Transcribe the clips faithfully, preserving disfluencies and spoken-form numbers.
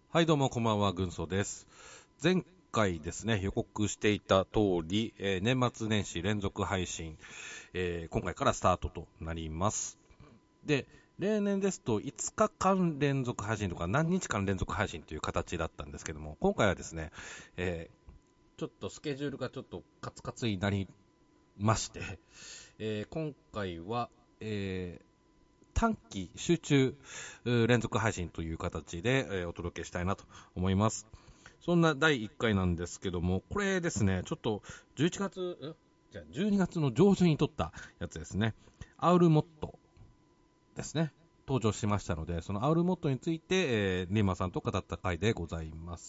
はい、どうもこんばんは、軍曹です。前回ですね、予告していた通り、えー、年末年始連続配信、えー、今回からスタートとなります。で、例年ですといつかかん連続配信とか何日間連続配信という形だったんですけども、今回はですね、えー、ちょっとスケジュールがちょっとカツカツになりまして、えー、今回は、えー短期集中連続配信という形で、えー、お届けしたいなと思います。そんなだいいっかいなんですけども、これですね、ちょっとじゅういちがつ、じゃあじゅうにがつの上旬に撮ったやつですね。アウルモットですね。登場しましたので、そのアウルモットについて、えー、リーマさんと語った回でございます。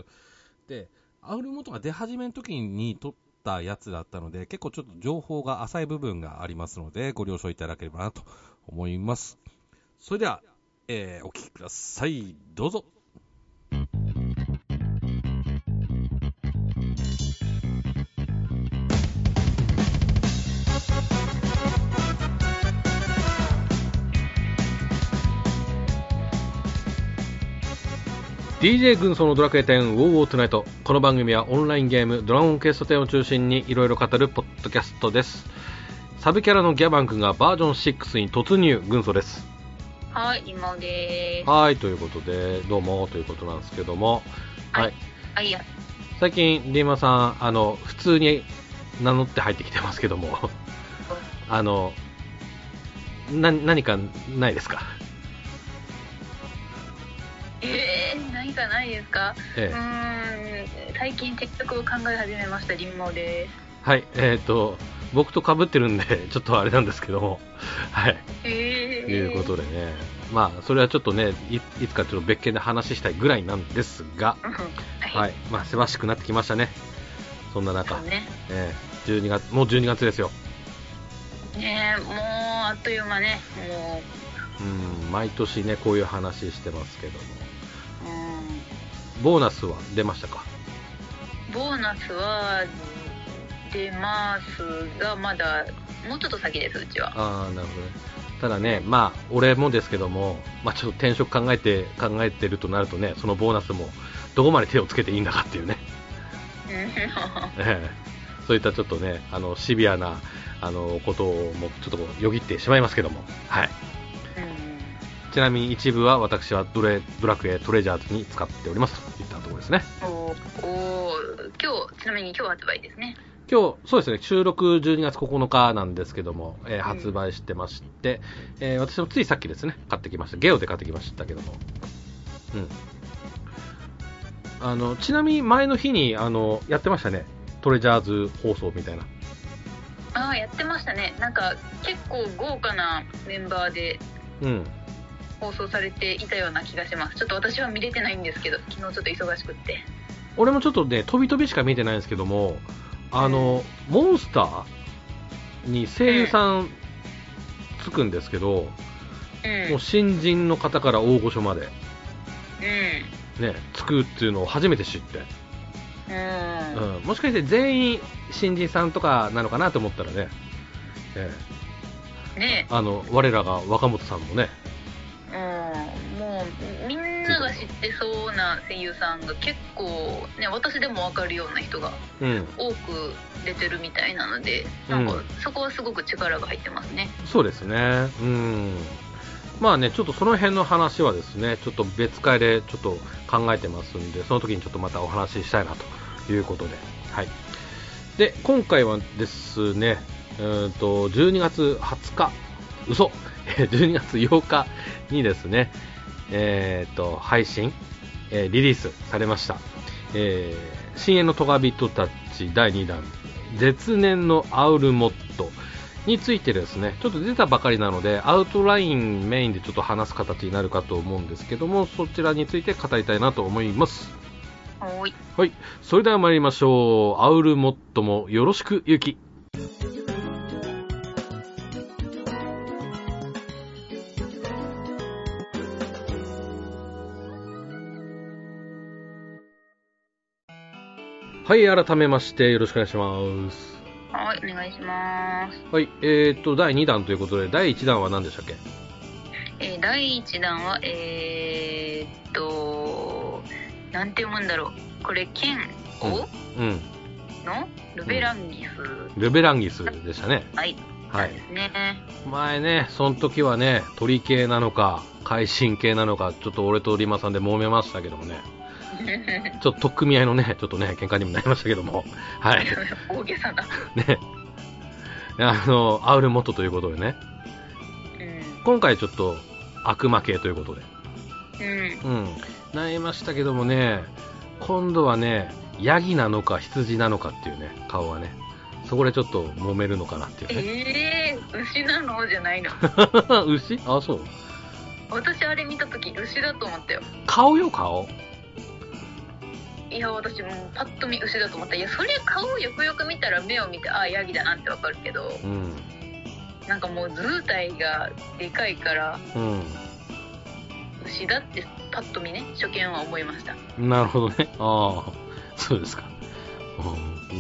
で、アウルモットが出始めの時に撮ったやつだったので、結構ちょっと情報が浅い部分がありますので、ご了承いただければなと思います。それでは、えー、お聞きください。どうぞ。ディージェー 軍曹のドラクエテンウォーウォートゥナイト。この番組はオンラインゲームドラゴンクエストテンを中心にいろいろ語るポッドキャストです。サブキャラのギャバンクがバージョンシックスに突入。軍曹です。 はい、今です。 はい、ということでどうもということなんですけども、 はい、はい、や最近リーマさん、あの普通に名乗って入ってきてますけどもあのな何かないですか？ えー、何かないですか？ ええ、 うーん、最近 TikTok を考え始めました。リンモです。 はい、えっ、ー、と僕と被ってるんでちょっとあれなんですけども、はい、 えー、 ということでね、まあそれはちょっとね い, いつかちょっと別件で話したいぐらいなんですが、 はい、 はい、まあせわしくなってきましたね。そんな中、 ね、 えー、じゅうにがつ、もうじゅうにがつですよ。 ね、もうあっという間ね。もううん毎年ねこういう話してますけども、 うん、 ボーナスは出ましたか？ ボーナスは出ますが、まだもうちょっと先です、うちは。 ああ、なるほどね。ただね、まあ俺もですけども、まあちょっと転職考えて考えてるとなるとね、そのボーナスもどこまで手をつけていいんだかっていうね、ええ、そういったちょっとね、あのシビアなあのことをもちょっとよぎってしまいますけども、はい。 うん、 ちなみに一部は私はドレドラクエトレジャーズに使っておりますといったところですね。 おお、今日ちなみに今日発売ですね。 今日そうですね、収録じゅうにがつここのかなんですけども、えー、発売してまして、うん、えー、私もついさっきですね買ってきました。ゲオで買ってきましたけども、うん、あのちなみに前の日にあのやってましたね、トレジャーズ放送みたいな。 ああ、やってましたね。なんか結構豪華なメンバーで放送されていたような気がします。ちょっと私は見れてないんですけど、昨日ちょっと忙しくって。 俺もちょっとね飛び飛びしか見てないんですけども、あの、うん、モンスターに声優さんつくんですけど、うん、もう新人の方から大御所まで、うんね、つくっていうのを初めて知って、うんうん、もしかして全員新人さんとかなのかなと思ったらね、ええね、あの我らが若本さんもね、 うん、もうみんなが知ってそうな声優さんが結構ね、私でも分かるような人が多く出てるみたいなので、うん、なんかそこはすごく力が入ってますね。 そうですね。うん。まあね、ちょっとその辺の話はですね、ちょっと別会でちょっと考えてますんで、その時にちょっとまたお話ししたいなということで、はい。で、今回はですね、うんとじゅうにがつはつか、嘘、じゅうにがつようかにですね、えー、と配信、えー、リリースされました、えー、深淵のトガビトたちだいにだん絶念のアウルモットについてですね、ちょっと出たばかりなのでアウトラインメインでちょっと話す形になるかと思うんですけども、そちらについて語りたいなと思います。 はい、 はい、それでは参りましょう。アウルモットもよろしくゆき。はい、改めましてよろしくお願いします。 はい、お願いします。 はい、えーとだいにだんということで、だいいちだんは何でしたっけ？ えー、だいいちだんはえーっとなんて読むんだろう、これ剣を、うんうん、のルベランギス、 うん、ルベランギスでしたね。 はい、はいですね。 前ね、その時はね、鳥系なのか海進系なのか、ちょっと俺とリマさんで揉めましたけどもねちょっと取っ組み合いのね、ちょっとね、喧嘩にもなりましたけども、はい。 大げさな。 ね、あの、アウルモットということでね、うん、今回ちょっと悪魔系ということで、うん、うん、なりましたけどもね、今度はね、ヤギなのか羊なのかっていうね、顔はね、そこでちょっと揉めるのかなっていうね。えー、牛なのじゃないの牛？あ、そう。 私あれ見たとき牛だと思ったよ。 顔よ、顔。 いや、私もうパッと見牛だと思った。いや、それ顔をよくよく見たら目を見て、ああヤギだなってわかるけど、うん、なんかもう図体がでかいから、うん、牛だってパッと見ね、初見は思いました。 なるほどね。ああ、そうですか。うん、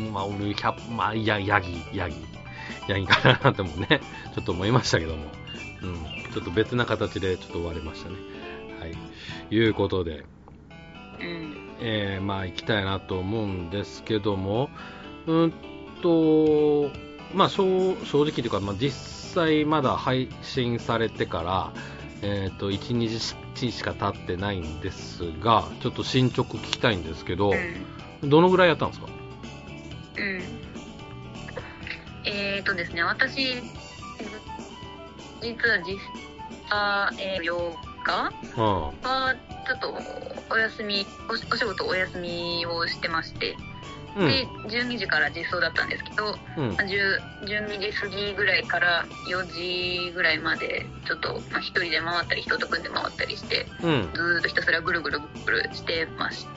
まあ俺キャまあやヤギヤギヤギかなってもね、ちょっと思いましたけども、うん、ちょっと別な形でちょっと終わりましたね。はい、いうことで。うん、えー、まあ行きたいなと思うんですけども、うんとまあ正, 正直というか、まあ、実際まだ配信されてから、えー、といちにちしか経ってないんですが、ちょっと進捗聞きたいんですけど、うん、どのぐらいやったんですか？ うん、えーとですね、私実は実あ、えー、ようかはちょっとお休み お, お仕事お休みをしてまして、うん、でじゅうにじから実装だったんですけど、うん、じゅうにじ過ぎぐらいからよじぐらいまでちょっと、まあ、一人で回ったり人と組んで回ったりして、うん、ずーっとひたすらぐるぐるぐるしてました、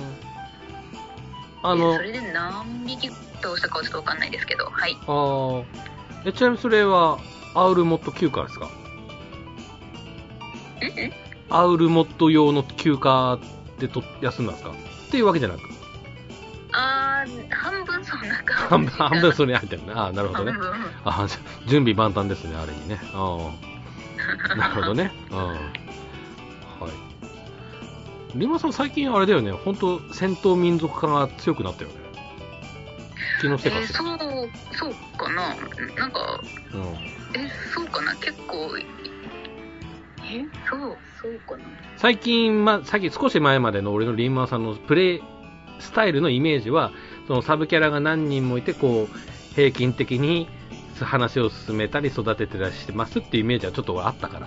うん、あのそれで何匹倒したかはちょっと分かんないですけど、はい。 あえちなみにそれはアウルモット休暇ですか？んんアウルモット用の休暇でと休んだんですかっていうわけじゃなく、 あー半分そんな感半分半分それに入ってるね。あーなるほどね。あ準備万端ですね、あれにね。あなるほどね。あはい。リマさん最近あれだよね、本当戦闘民族化が強くなったよね。気のせいかしら。 えー、そうそうかな、なんか、うん、えそうかな、結構えそうそうかな。 最近、ま、さっき少し前までの俺のリンマーさんのプレイスタイルのイメージは、そのサブキャラが何人もいて、こう平均的に話を進めたり育ててらしてますっていうイメージはちょっとあったから。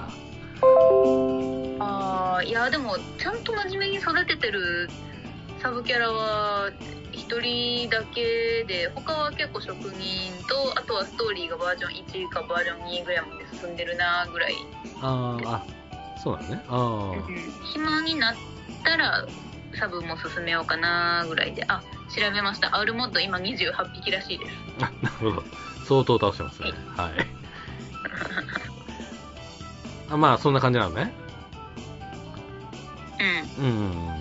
ああ、いやでもちゃんと真面目に育ててるサブキャラはひとりだけで、他は結構職人と、あとはストーリーがバージョンいちかバージョンにぐらいまで進んでるなぐらい。 ああ、そうなんね。あ、うん、 暇になったらサブも進めようかなぐらいで。あ、調べました。アウルモッド今にじゅうはっぴきらしいです。 あ、なるほど。相当倒してますね。はい。あ、まあそんな感じなのね。うん。うん、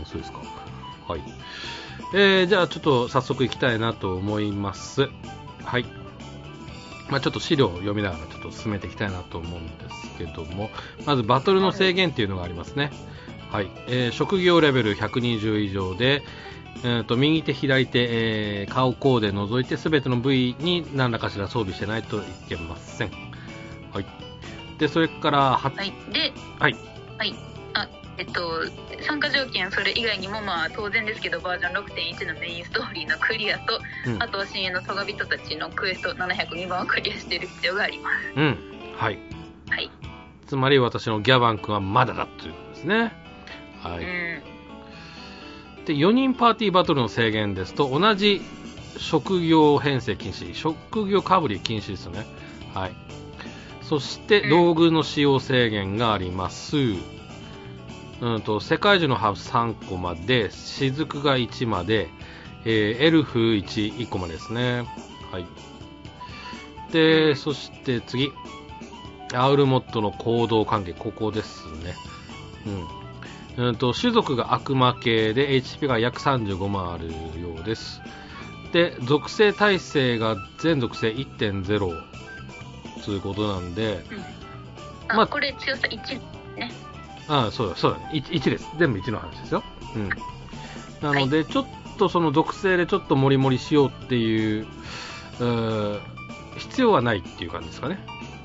そうですか。はい。えー、じゃあちょっと早速行きたいなと思います。はい。まあ、ちょっと資料を読みながらちょっと進めていきたいなと思うんですけども、まずバトルの制限っていうのがありますね。はい。えー、職業レベルひゃくにじゅう以上で、えー、と右手左手、えー、顔コーデ除いて全ての部位に何らかしら装備してないといけません。はい。でそれからは、 はい、で、 はいはい、あえっと参加条件それ以外にも、まあ当然ですけどバージョン ろくてんいち のメインストーリーのクリアと、うん、あとは深淵のトガ人たちのクエストななひゃくにばんをクリアしている必要があります。 うん、はい、 はい、 つまり私のギャバン君はまだだということですね。はい、うんでよにんパーティーバトルの制限ですと、同じ職業編成禁止、職業かぶり禁止ですよね。はい。そして道具の使用制限があります。うんと世界樹の葉さんこまで、雫がいちまで、えー、エルフいち、いっこまでですね。はい。で、そして次、アウルモットの行動関係、ここですね。うん。うんと種族が悪魔系で エイチピー が約さんじゅうごまんあるようです。で属性耐性が全属性 いってんゼロ ということなんで、 うん、あ、まあ、これ強さいちね。 ああ、そうだ、そうだね。いち, いちです。全部いちの話ですよ。うん。なので、はい、ちょっとその属性でちょっとモリモリしようっていう、うー必要はないっていう感じですかね。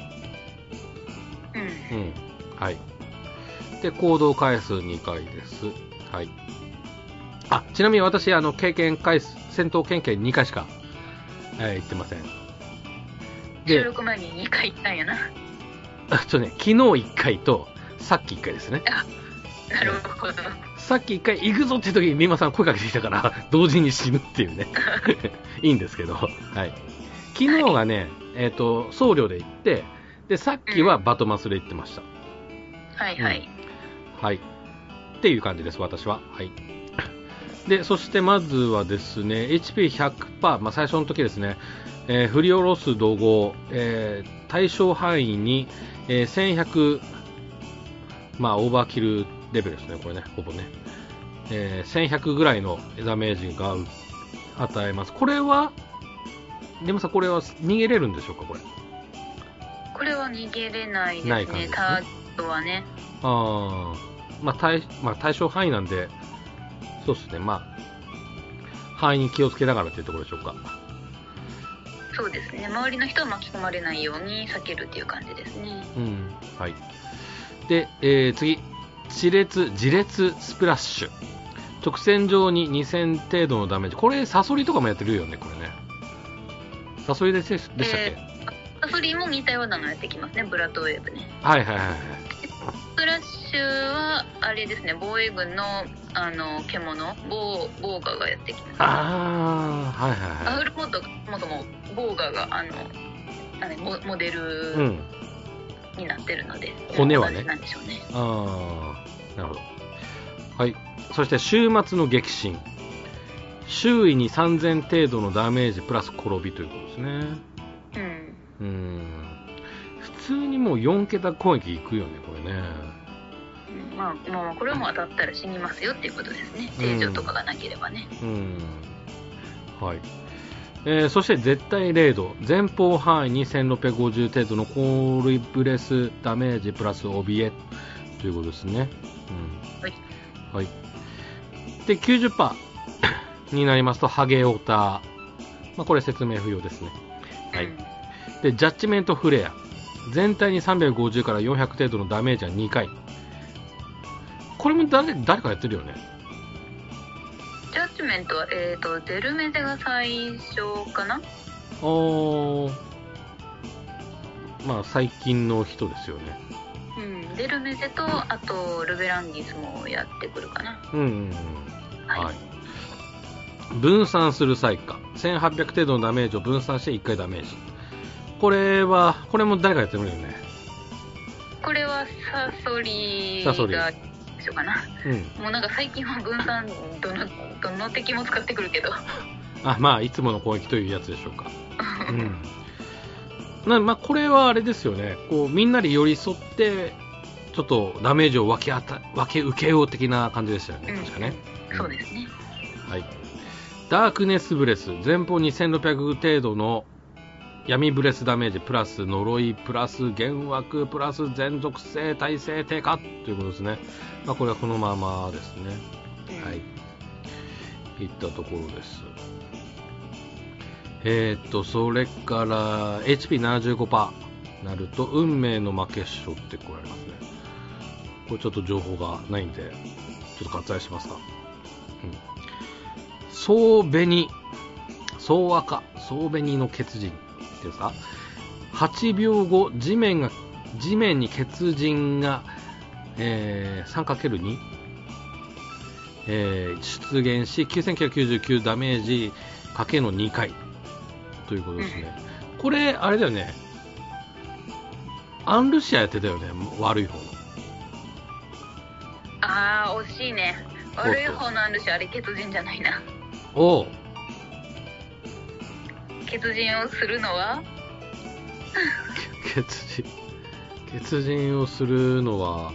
うん。うん。はい。で、行動回数にかいです。はい。あ、ちなみに私、あの、経験回数、戦闘経験にかいしか、えー、言ってません。 で、収録前ににかい行ったんやな。 あちょね、昨日いっかいと、さっきいっかいですね。 あ、なるほど。 さっきいっかい行くぞって時に美馬さん声かけてきたから、同時に死ぬっていうね。いいんですけど、はい。昨日がね、はい、えっ、ー、と、僧侶で行って、で、さっきはバトマスで行ってました。うん、 はいはい、 うん。はい。っていう感じです、私は。はい。で、そしてまずはですね、エイチピーひゃくパーセント、まあ最初の時ですね、えー、振り下ろす怒号、えー、対象範囲に、えー、せんひゃく、まあオーバーキルレベルですね、これね、ほぼね。えー、せんひゃくぐらいのダメージが与えます。これは、でもさ、これは逃げれるんでしょうか、これ。 これは逃げれないですね、ですねターゲットはね。 あまあ対、まあ、対象範囲なんで、そうですね、まあ、範囲に気をつけながらというところでしょうか。 そうですね、周りの人を巻き込まれないように避けるっていう感じですね。 うん、はい。で、えー、次、地列、自列スプラッシュ。直線上ににせん程度のダメージ。これ、サソリとかもやってるよね、これね。サソリでしたっけ、えー、サソリも似たようなのやってきますね、ブラッドウェーブね。 はいはいはいはい。 スプラッシュは、あれですね、防衛軍の、あの、獣、ボー、ボーガーがやってきます。 ああ、はいはいはい。 アウルモッドがそもそも、ボーガーが、あの、あれモ、モデル、うんになってるので、 骨はね。 なんでしょうね。 ああ、なるほど。はい。そして週末の激震。周囲にさんぜん程度のダメージプラス転びということですね。うん。うん。普通にもうよん桁攻撃いくよね、これね。 うん、まあ、もうこれも当たったら死にますよっていうことですね。正常とかがなければね。 うん。うん、はい。えー、そして絶対零度、前方範囲にせんろっぴゃくごじゅう程度のコーリブレスダメージプラス怯えということですね。うん、はい。はい。で、きゅうじゅっパーセント になりますと、ハゲオタ。まあ、これ説明不要ですね。はい。で、ジャッジメントフレア。全体にさんびゃくごじゅうからよんひゃく程度のダメージはにかい。これも誰、誰かやってるよね。 ジャッジメントは、えーと、デルメゼが最初かな。 おー、まあ最近の人ですよね。 うん、デルメゼとあとルベランギスもやってくるかな。うん、うん、 はい、はい。分散する際かせんはっぴゃく程度のダメージを分散していっかいダメージ。これはこれも誰かやってるよね。 これはサソリが一緒かな、うん、もうなんか最近は分散どのどの敵も使ってくるけどあ、まあいつもの攻撃というやつでしょうか。うん、なまあこれはあれですよね、こうみんなで寄り添ってちょっとダメージを分けあた分け受けよう的な感じでしたよね、確かね、 うん、そうですね。 はい。ダークネスブレス、前方にせんろっぴゃく程度の闇ブレスダメージプラス呪いプラス幻惑プラス全属性耐性低下ということですね。まあこれはこのままですね。はい。いったところです。えー、っとそれから エイチピーななじゅうごパーセント なると運命の魔結晶ってこられますね。これちょっと情報がないんでちょっと割愛しますか。うん。総紅総赤総紅の血人ですか。はちびょうご地面が地面に血人が、えー、さんかけるに、えー、出現しきゅうせんきゅうひゃくきゅうじゅうきゅうダメージかけのにかいということですね。うん、これあれだよね、アンルシアやってたよね、悪い方の。 あー惜しいね。悪い方のアンルシア、あれ血人じゃないな。 おう、 血人をするのは血人血人をするのは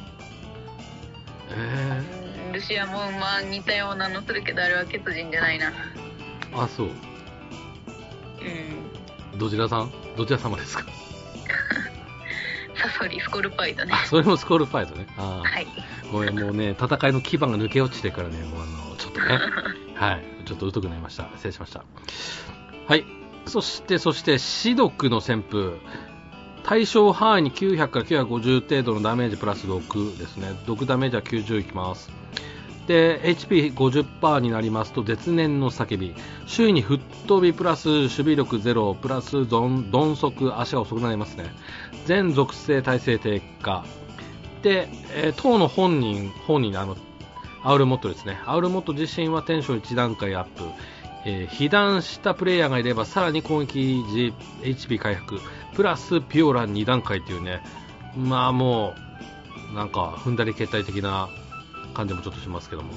えー、ルシアもまあ似たようなのするけど、あれは血人じゃないな。 あ、そう。うん。どちらさんどちら様ですか。 サソリスコールパイドね。 あ、それもスコールパイドね。あ、 はい。 ごめん、もうね、戦いの牙が抜け落ちてからね、もうあの、ちょっとね、はい、ちょっと疎くなりました。失礼しました。はい。そして、そして、死毒の旋風。対象範囲にきゅうひゃくからきゅうひゃくごじゅう程度のダメージプラス毒ですね。毒ダメージはきゅうじゅういきます。で、エイチピーごじゅっパーセント になりますと、絶念の叫び。周囲に吹っ飛びプラス守備力ゼロ、プラス鈍速、足が遅くなりますね。全属性耐性低下。で、えー、当の本人、本人、あの、アウルモットですね。アウルモット自身はテンションいち段階アップ。えー、被弾したプレイヤーがいれば、さらに攻撃時 エイチピー 回復、プラスピオラに段階というね、まあもう、なんか、踏んだり決体的な感じもちょっとしますけども。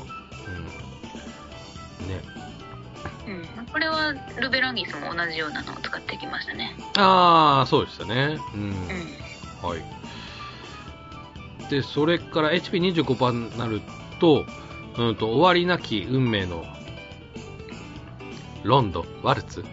うん。ね。 うん。これは、ルベランギスも同じようなのを使ってきましたね。 ああ、そうでしたね。うん。うん、はい。で、それから エイチピーにじゅうごパーセント になると、うんと、終わりなき運命のロンド、ワルツ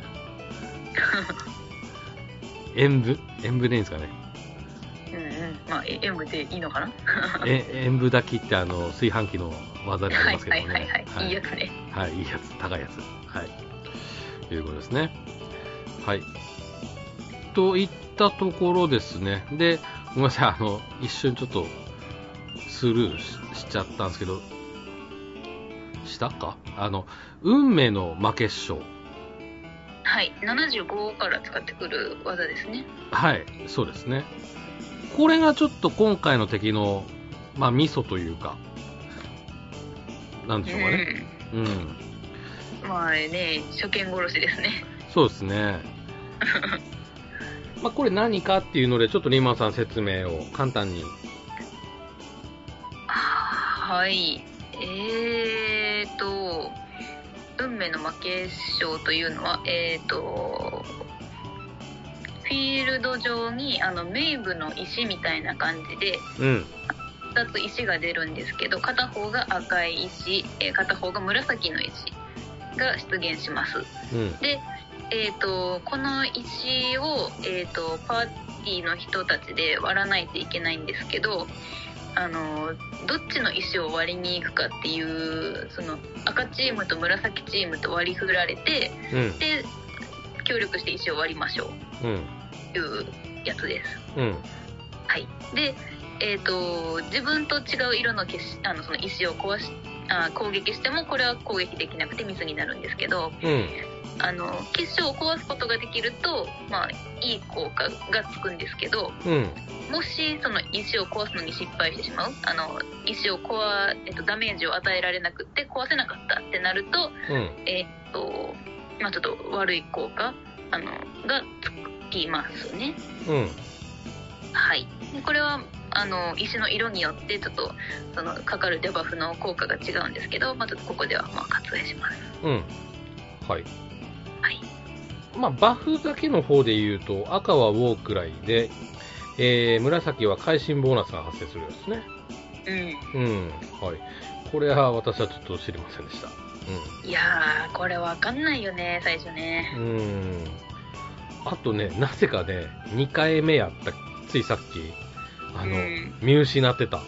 演舞演舞でいいんですかね。 うんうん。まあ、演舞でいいのかなえ、演舞炊きってあの、炊飯器の技でありますけどね。 はいはいはい、はい。いいやつね。 はい、いいやつ。高いやつ。はい。ということですね。はい。といったところですね。で、ごめんなさい、あの、一瞬ちょっと、スルー し, しちゃったんですけど、したかあの、運命の魔結晶。 はい、ななじゅうごから使ってくる技ですね。 はい、そうですね。これがちょっと今回の敵の、まあ、ミソというか、なんでしょうかね。うん。うん、 まあね、初見殺しですね。 そうですね。まあ、これ何かっていうので、ちょっとリーマンさん説明を簡単に。 はい。えーと、運命の魔結晶というのは、えーと、フィールド上にあのメイブの石みたいな感じで、うん、ふたつ石が出るんですけど、片方が赤い石、えー、片方が紫の石が出現します。うん、で、えーと、この石を、えーと、パーティーの人たちで割らないといけないんですけど、あのどっちの石を割りに行くかっていう、その赤チームと紫チームと割り振られて、うん、で協力して石を割りましょう、うん、というやつです、うん、はい。で、えーと、自分と違う色の消しあのその石を壊しあ攻撃してもこれは攻撃できなくてミスになるんですけど、うん、あの結晶を壊すことができると、まあ、いい効果がつくんですけど、うん、もしその石を壊すのに失敗してしまう、あの石を壊、えっと、ダメージを与えられなくって壊せなかったってなると、うん、えっとまあ、ちょっと悪い効果あのがつきますね、うん、はい。でこれはあの石の色によってちょっとそのかかるデバフの効果が違うんですけど、まあ、ちょっとここではまあ割愛します。うん、 はい。はい。まあバフだけの方で言うと赤はウォークライで、えー、紫は会心ボーナスが発生するようですね。うん。うん。はい。これは私はちょっと知りませんでした。 うん。いやーこれわかんないよね最初ね。うん。 あとねなぜかねにかいめやったついさっき。あの、うん、見失ってた。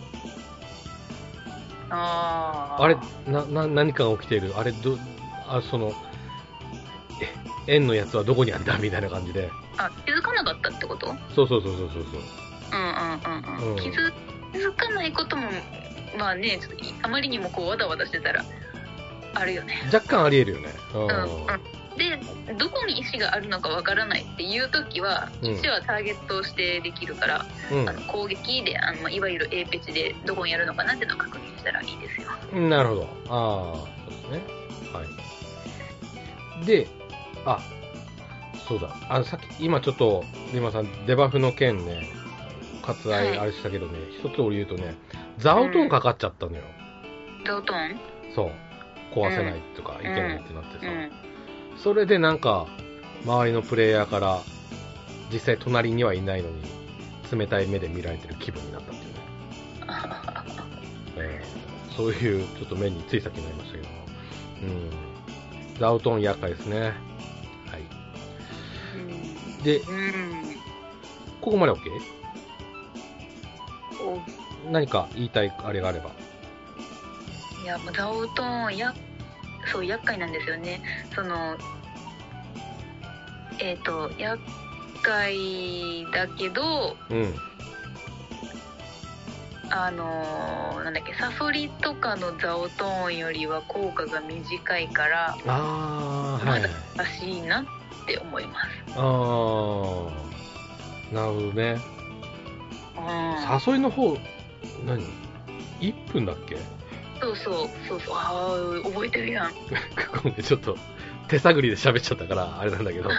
ああれなな何かが起きている。あれどあそのえ円のやつはどこにあんだみたいな感じで。 あ気づかなかったってこと？ そうそうそうそうそうそう。 うんうんうんうん。気づ気づかないこともまあねちょっとあまりにもこうわだわだしてたらあるよね。 若干ありえるよね。 うんうん。でどこに石があるのかわからないっていう時は、うん、石はターゲットをしてできるから、うん、あの攻撃であのいわゆる A ペチでどこにやるのかなっていうのを確認したらいいですよ。 なるほど。ああそうですね。はい。であそうだあのさっき今ちょっとリマさんデバフの件ね割愛あれしたけどね、はい、一つ俺言うとねザオトーンかかっちゃったのよ。 うん、ザオトーン？ そう壊せないとかいけないってなってさ。うんうんそれでなんか周りのプレイヤーから実際隣にはいないのに冷たい目で見られてる気分になったっていうね、えー、そういうちょっと目につい先になりましたけども、うん、ザオトーン厄介ですね。はい。で、ここまで OK？ 何か言いたいあれがあれば。 いや、もうザオトーンやそう厄介なんですよね。そのえっ、ー、と厄介だけど、 うん、 あのー、なんだっけ、サソリとかのザオトーンよりは効果が短いから、 あー、 まだらしいなって思います。 あー、なるほどね。 うん、 サソリの方何いっぷんだっけ？ そうそうそうそう、あー覚えてるやん。 ごめん、ちょっと手探りで喋っちゃったからあれなんだけど、うん、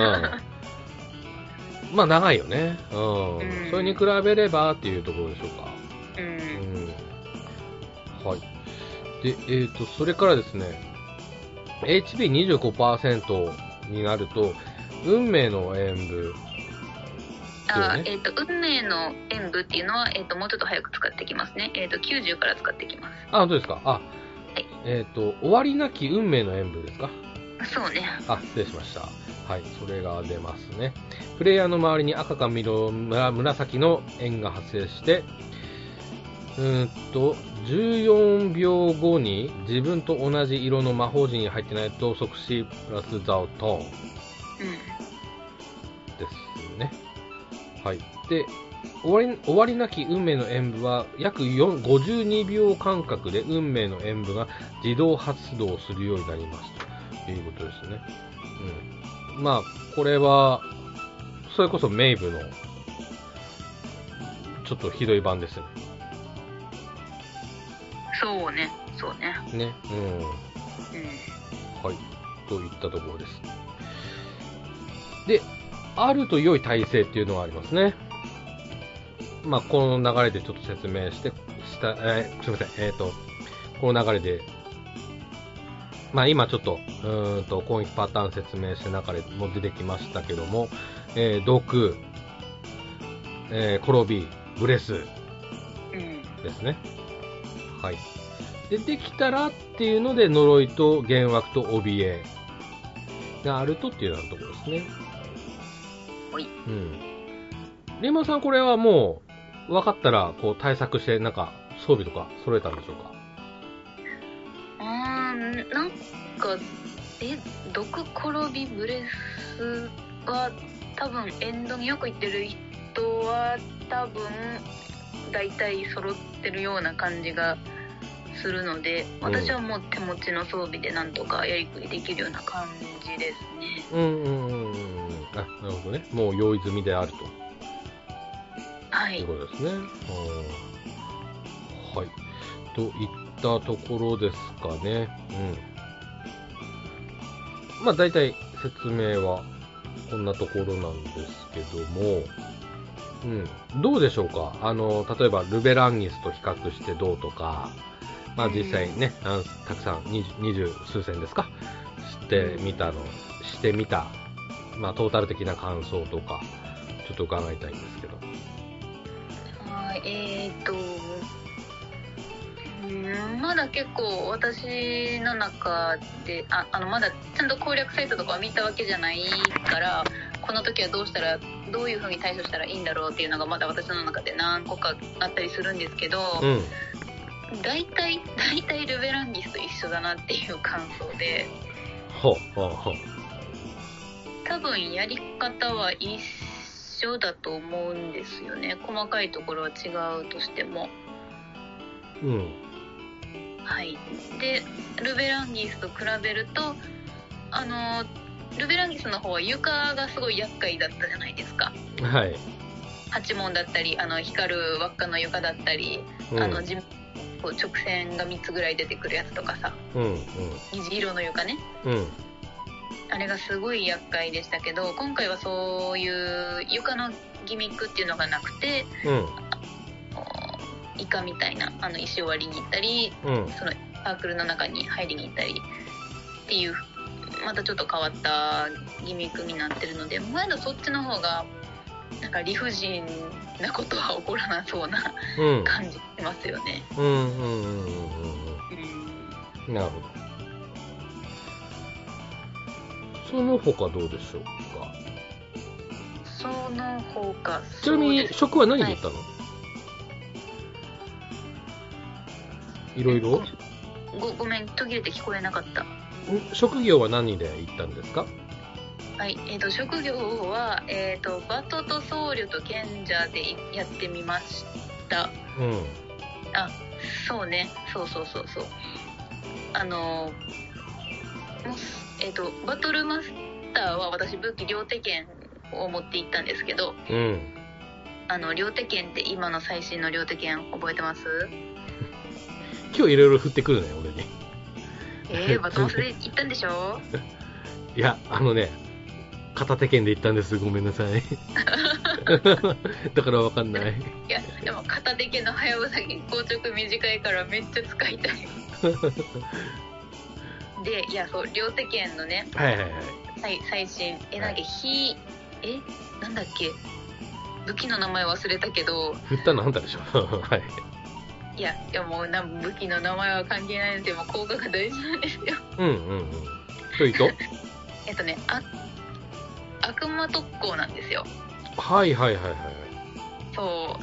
まあ長いよね、うん、うん、それに比べればっていうところでしょうか。 うん、 うん、はい。で、えーと、それからですね、エイチピーにじゅうごパーセント になると、運命の演舞、 あ、えっ、ー、と、運命の演舞っていうのは、えっ、ー、と、もうちょっと早く使ってきますね。えっ、ー、と、きゅうじゅうから使ってきます。 あ、本当ですか。あ、はい、えっ、と、終わりなき運命の演舞ですか。 そうね。 あ、失礼しました。はい、それが出ますね。プレイヤーの周りに赤か緑、紫の円が発生して、うーんと、じゅうよんびょうごに自分と同じ色の魔法陣に入ってないと即死プラスザオトーン。うん。ですね。はい。で、終わり、終わりなき運命の演舞は約ごじゅうにびょう間隔で運命の演舞が自動発動するようになりますということですね。うん。まあ、これは、それこそメイブのちょっとひどい版ですね。 そうね、そうね。 ね、うん。うん。はい。といったところです。で、あると良い体制っていうのがありますね。まあ、この流れでちょっと説明して、した、えー、すみません、えっ、ー、と、この流れで、まあ今ちょっと、うーんと、攻撃パターン説明して中でも出てきましたけども、えー、毒、えー、転び、ブレス、ですね。はい。で、できたらっていうので、呪いと幻惑と怯えがあるとっていうようなところですね。 はい。 うん。リーマンさん、これはもう、分かったら、こう、対策して、なんか、装備とか揃えたんでしょうか？ あー、なんか、え、毒転びブレスは、多分、エンドによく行ってる人は、多分、大体揃ってるような感じがするので、私はもう手持ちの装備でなんとかやりくりできるような感じですね。 うんうんうんうん。あ、なるほどね。もう用意済みであると。 はい。 ということですね。はい。といったところですかね。うん。まあ大体説明はこんなところなんですけども、うん。どうでしょうか？あの、例えばルベランギスと比較してどうとか、まあ実際ね、あのたくさん二十、二十数戦ですかしてみたの、してみた、まあトータル的な感想とか、ちょっと伺いたいんですけど。 はい、えーと、うん、まだ結構私の中で、あ、あのまだちゃんと攻略サイトとかは見たわけじゃないから、この時はどうしたら、どういう風に対処したらいいんだろうっていうのがまだ私の中で何個かあったりするんですけど、うん、大体大体ルベランギスと一緒だなっていう感想で、 ほうほうほう、 多分やり方は一緒だと思うんですよね。細かいところは違うとしても。 うん。 はい。で、ルベランギスと比べると、あのルベランギスの方は床がすごい厄介だったじゃないですか。 はい。 八門だったり、あの光る輪っかの床だったり、うん、あの地こう直線がみっつぐらい出てくるやつとかさ、うんうん、虹色の床ね、うん、あれがすごい厄介でしたけど、今回はそういう床のギミックっていうのがなくて、うん、イカみたいなあの石を割りに行ったり、うん、そのサークルの中に入りに行ったりっていう、またちょっと変わったギミックになってるので、まだそっちの方がなんか理不尽なことは起こらなそうな、うん、感じてますよね。うんうんうんうんうん。 なるほど。その他どうでしょうか。 その他。 ちなみに職は何で言ったの？はい、 いろいろごごめん、途切れて聞こえなかった。 職業は何で行ったんですか？ はい、えーと、職業は、えーと、バトと僧侶と賢者でやってみました。 うん。 あ、そうね、そうそうそうそう。あのー、えーと、バトルマスターは私武器両手剣を持って行ったんですけど、 うん。 あの両手剣って今の最新の両手剣覚えてます？ 今日いろいろ振ってくるね俺に。 えー、バトマスで行ったんでしょ？ いや、あのね、片手剣で行ったんです。ごめんなさい。だからわかんない。 いや、でも片手剣の早うさぎ硬直短いからめっちゃ使いたい。で、いや、そう、両手剣のね、 はいはいはい。 最最新、え、なんだっけ、ひ、え、なんだっけ、武器の名前忘れたけど。 振ったのあんたでしょ。はい。 いや、いやもうな武器の名前は関係ないんですよ。もう効果が大事なんですよ。 うんうんうん。というとえっとね、あ、悪魔特攻なんですよ。 はいはいはいはい。 そう。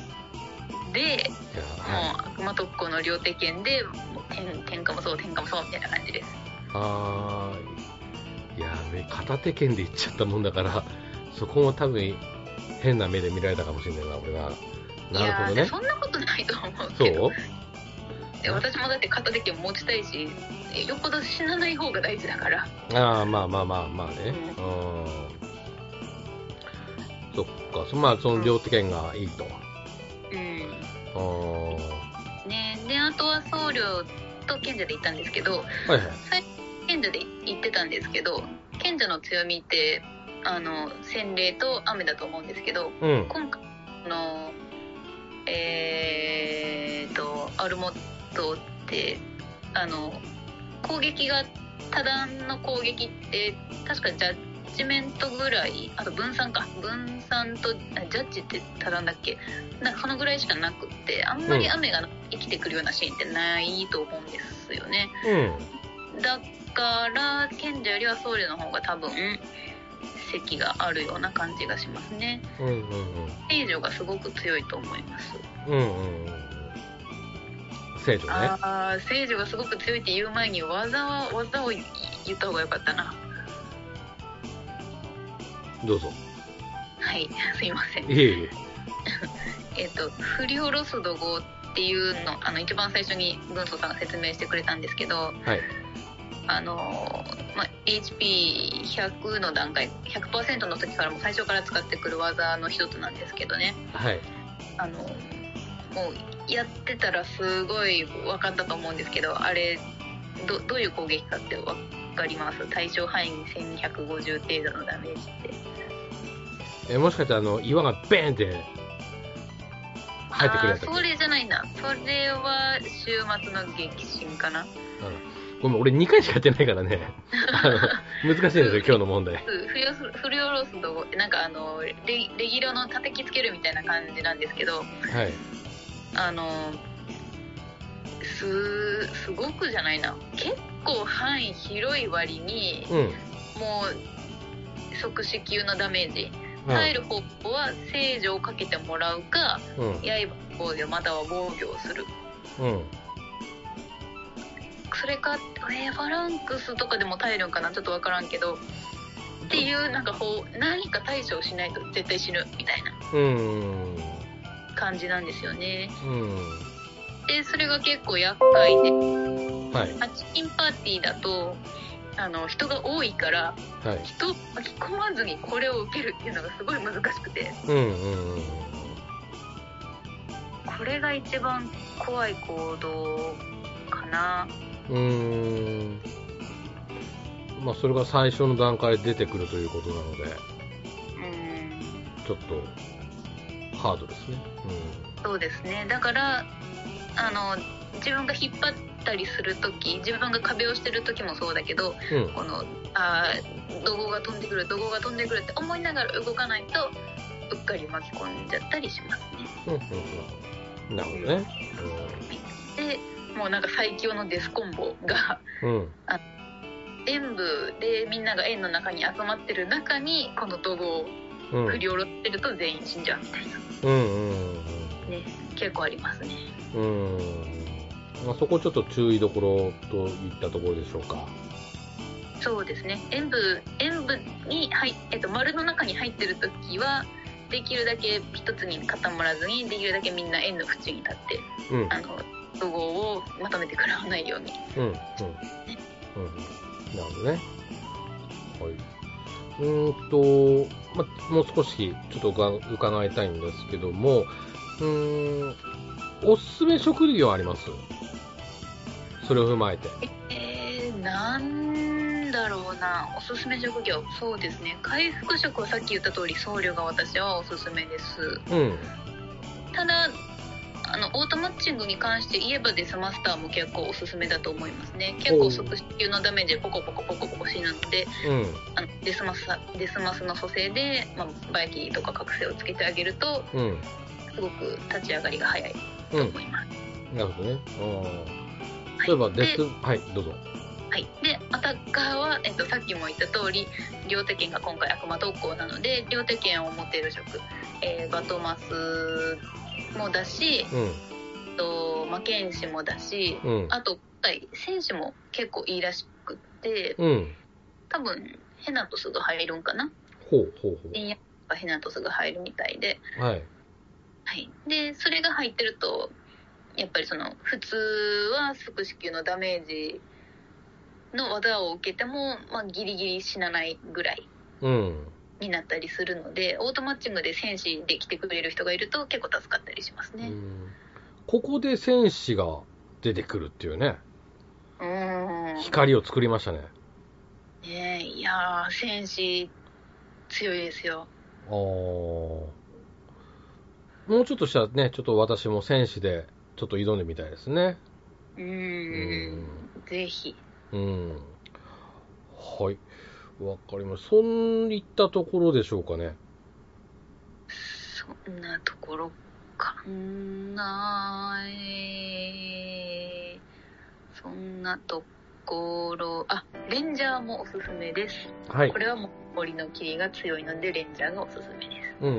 で、 はい、 もう悪魔特攻の両手剣で、もう天天下もそう天下もそうみたいな感じです。 あー、いや片手剣で行っちゃったもんだから、そこも多分変な目で見られたかもしれないな、俺が。なるほどね。 いやそんなことないと思うけど。 そうで私もだって片手剣持ちたいし、よっぽど死なない方が大事だから。 ああ、まあまあまあまあね。うん。そっか、まあその両手剣がいいと。 うん。 あね、で、あとは僧侶と賢者で行ったんですけど、 はいはい。 最初賢者で行ってたんですけど、賢者の強みって、あの、洗礼と雨だと思うんですけど、 うん、 今回の、えーと、アルモットって、あの、攻撃が、多段の攻撃って、確かジャッジメントぐらい、あと分散か、分散と、ジャッジって多段だっけ、なんかそのぐらいしかなくって、あんまり雨が生きてくるようなシーンってないと思うんですよね。 うん。 だから、賢者よりは僧侶の方が多分、席があるような感じがしますね。 うんうんうん。 聖女がすごく強いと思います。 うんうんうん。聖女ね。 ああ、聖女がすごく強いって言う前に技は技を言った方がよかったな。 どうぞ。 はい、すいません。 いえいえ。 えっと振り下ろす怒号っていうの、あの一番最初に文宗さんが説明してくれたんですけど、はい。あのまあ、エイチピーひゃく の段階 ひゃくパーセント の時からも最初から使ってくる技の一つなんですけどね。はい。あのもうやってたらすごい分かったと思うんですけど、あれ ど, どういう攻撃かって分かります？対象範囲にせんひゃくごじゅう程度のダメージって。えもしかしたらあの岩がベーンって入ってくるやつ。 あ、それじゃないな。それは週末の激震かな。うん、 ごめん、俺にかいしかやってないからね。あの難しいんですよ、今日の問題。 振り下ろすと、なんかあのレ、レギュラーの叩きつけるみたいな感じなんですけど、はい。あの、す、すごくじゃないな。結構範囲広い割に、うん、もう、即死級のダメージ。耐える方法は聖女をかけてもらうか、うん、刃防御または防御をする。うん。それか、えー、ファランクスとかでも耐えるんかな、ちょっとわからんけどっていうなんかこう何か対処をしないと絶対死ぬみたいな感じなんですよね。うん。でそれが結構厄介で、はい、チキンパーティーだとあの人が多いから、はい、人を巻き込まずにこれを受けるっていうのがすごい難しくて、うんうんうん、これが一番怖い行動かな。うーん、 まあそれが最初の段階で出てくるということなので、うん、ちょっとハードですね。 うん、そうですね。だからあの自分が引っ張ったりするとき、自分が壁をしてるときもそうだけど、うん、このあ怒号が飛んでくる怒号が飛んでくるって思いながら動かないとうっかり巻き込んじゃったりしますね。うんうんうん、なるほどね。 うん、でもうなんか最強のデスコンボが、うん、あ演武でみんなが円の中に集まってる中にこの怒号を振り下ろってると全員死んじゃうみたいな、うんうんうんうん、ね、結構ありますね。うん、 まあ、そこちょっと注意どころといったところでしょうか。 そうですね。塩分、塩分に入っ、えっと、丸の中に入ってるときは、できるだけ一つに固まらずに、できるだけみんな円の縁に立って、うん、あの、符号をまとめて食らわないように。うん、うん。うん、なるほどね。はい。うーんと、ま、もう少しちょっと伺いたいんですけども、うーん、おすすめ職業あります？それを踏まえて。 えー、なんだろうな、おすすめ職業。そうですね。回復職はさっき言った通り、僧侶が私はおすすめです。うん。ただ、あの、オートマッチングに関して言えばデスマスターも結構おすすめだと思いますね。結構即死級のダメージでポコポコポコポコ死ぬので、うん、あのデスマス、デスマスの蘇生で、まあ、バイキリとか覚醒をつけてあげると、うん、すごく立ち上がりが早いと思います。 うん、なるほどね。あ、例えばデス、はい、どうぞ。 はい、でアタッカーは、えっと、さっきも言った通り両手剣が今回悪魔特攻なので両手剣を持てる職、えー、バトマスもだし、うん、と魔剣士もだし、うん、あと戦士も結構いいらしくって、うん、多分ヘナトスが入るんかな。 ほうほうほう。 インヤがヘナトスが入るみたいで、 はい、 はい、でそれが入ってるとやっぱりその普通は即死級のダメージの技を受けても、まあ、ギリギリ死なないぐらいになったりするので、うん、オートマッチングで戦士で来てくれる人がいると結構助かったりしますね。うん、 ここで戦士が出てくるっていうね、うん、光を作りましたね。 ねえ、いやー戦士強いですよ。 あー、もうちょっとしたらね、ちょっと私も戦士でちょっと挑んでみたいですね。 うーん、うんぜひ。 うん。はい。わかります。そういったところでしょうかね。 そんなところかなえー、そんなところ、あ、レンジャーもおすすめです。はい。これはもう森の霧が強いので、レンジャーがおすすめです。うん。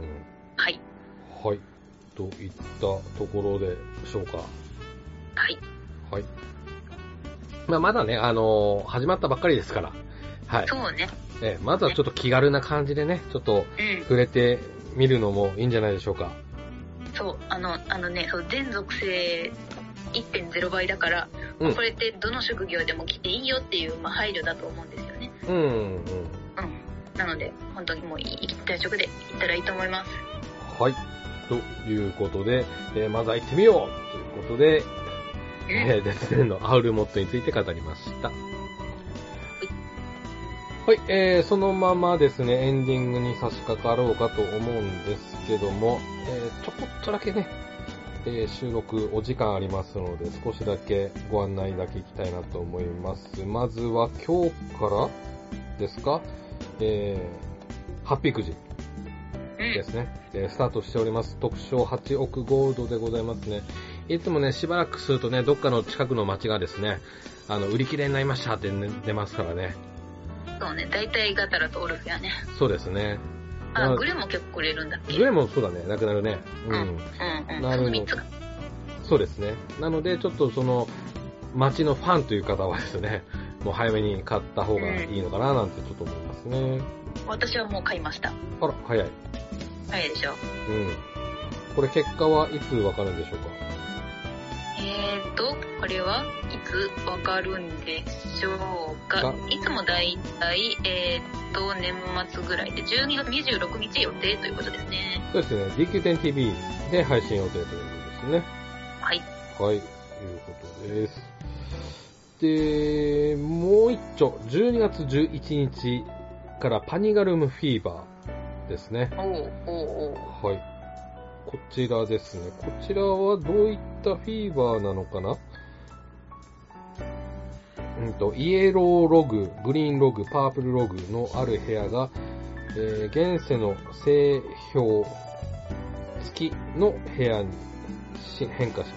はい。 はい。といったところでしょうか。 はい。 はい。まあ、まだね、あのー、始まったばっかりですから。はい。 そうね。 えまずはちょっと気軽な感じでね、ちょっと触れてみるのもいいんじゃないでしょうか。 うん、そう、あの、あのね、そう全属性 いってんゼロ 倍だから、うん、これってどの職業でも来ていいよっていう、まあ、配慮だと思うんですよね。うんうんうん。うん。なので、本当にもう行きたい職で行ったらいいと思います。 はい。ということで、えー、まずは行ってみようということで、えー、デスメンのアウルモットについて語りました。はい、えー、そのままですね、エンディングに差し掛かろうかと思うんですけども、えー、ちょこっとだけね、えー、収録お時間ありますので、少しだけご案内だけいきたいなと思います。まずは今日からですか、えー、ハッピーくじですね、えー、スタートしております。特賞はちおくゴールドでございますね。いつもね、しばらくするとね、どっかの近くの町がですね、あの、売り切れになりましたって、ね、出ますからね。 そうね、大体ガタラとオルフやね。 そうですね。 あ、グレも結構売れるんだっけ？ グレもそうだね、なくなるね。うん。うん、 うん、なるほど。 そうですね。なので、ちょっとその、町のファンという方はですね、もう早めに買った方がいいのかななんてちょっと思いますね。うん、 私はもう買いました。 あら、早い。 早いでしょ。 うん。これ結果はいつわかるんでしょうか？ えーと、これはいつわかるんでしょうか。いつもだいたい、えーと、年末ぐらいで、じゅうにがつにじゅうろくにち予定ということですね。 そうですね。ディーキューテンティービー で配信予定ということですね。 はい。 はい。ということです。で、もう一丁、じゅうにがつじゅういちにちからパニガルムフィーバーですね。 おうおうおう。 はい。こちらですね。こちらはどういったフィーバーなのかな？うんと、イエローログ、グリーンログ、パープルログのある部屋が、えー、現世の星標付きの部屋に変化します。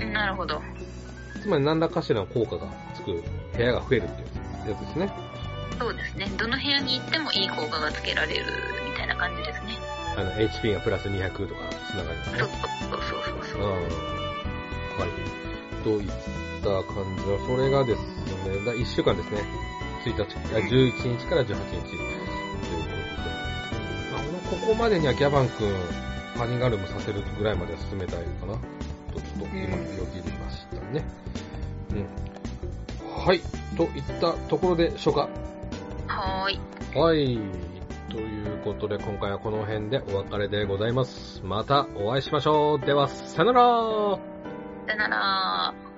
なるほど。 つまり何らかしらの効果がつく部屋が増えるっていうやつですね。 そうですね。どの部屋に行ってもいい効果がつけられるみたいな感じですね。 あの、エイチピー がプラスにひゃくとか、つながりますね。 そうそうそうそうそう。 回といった感じの、それがですね、だいっしゅうかんですね。ついたち、じゅういちにちからじゅうはちにちということで、まあ、ここまでにはギャバン君、パニガルムさせるぐらいまでは進めたいかな、とちょっと今よぎりましたね。うん。はい、といったところでしょうか。 はーい。 はい。ということで、今回はこの辺でお別れでございます。またお会いしましょう。では、さよなら。 さよなら。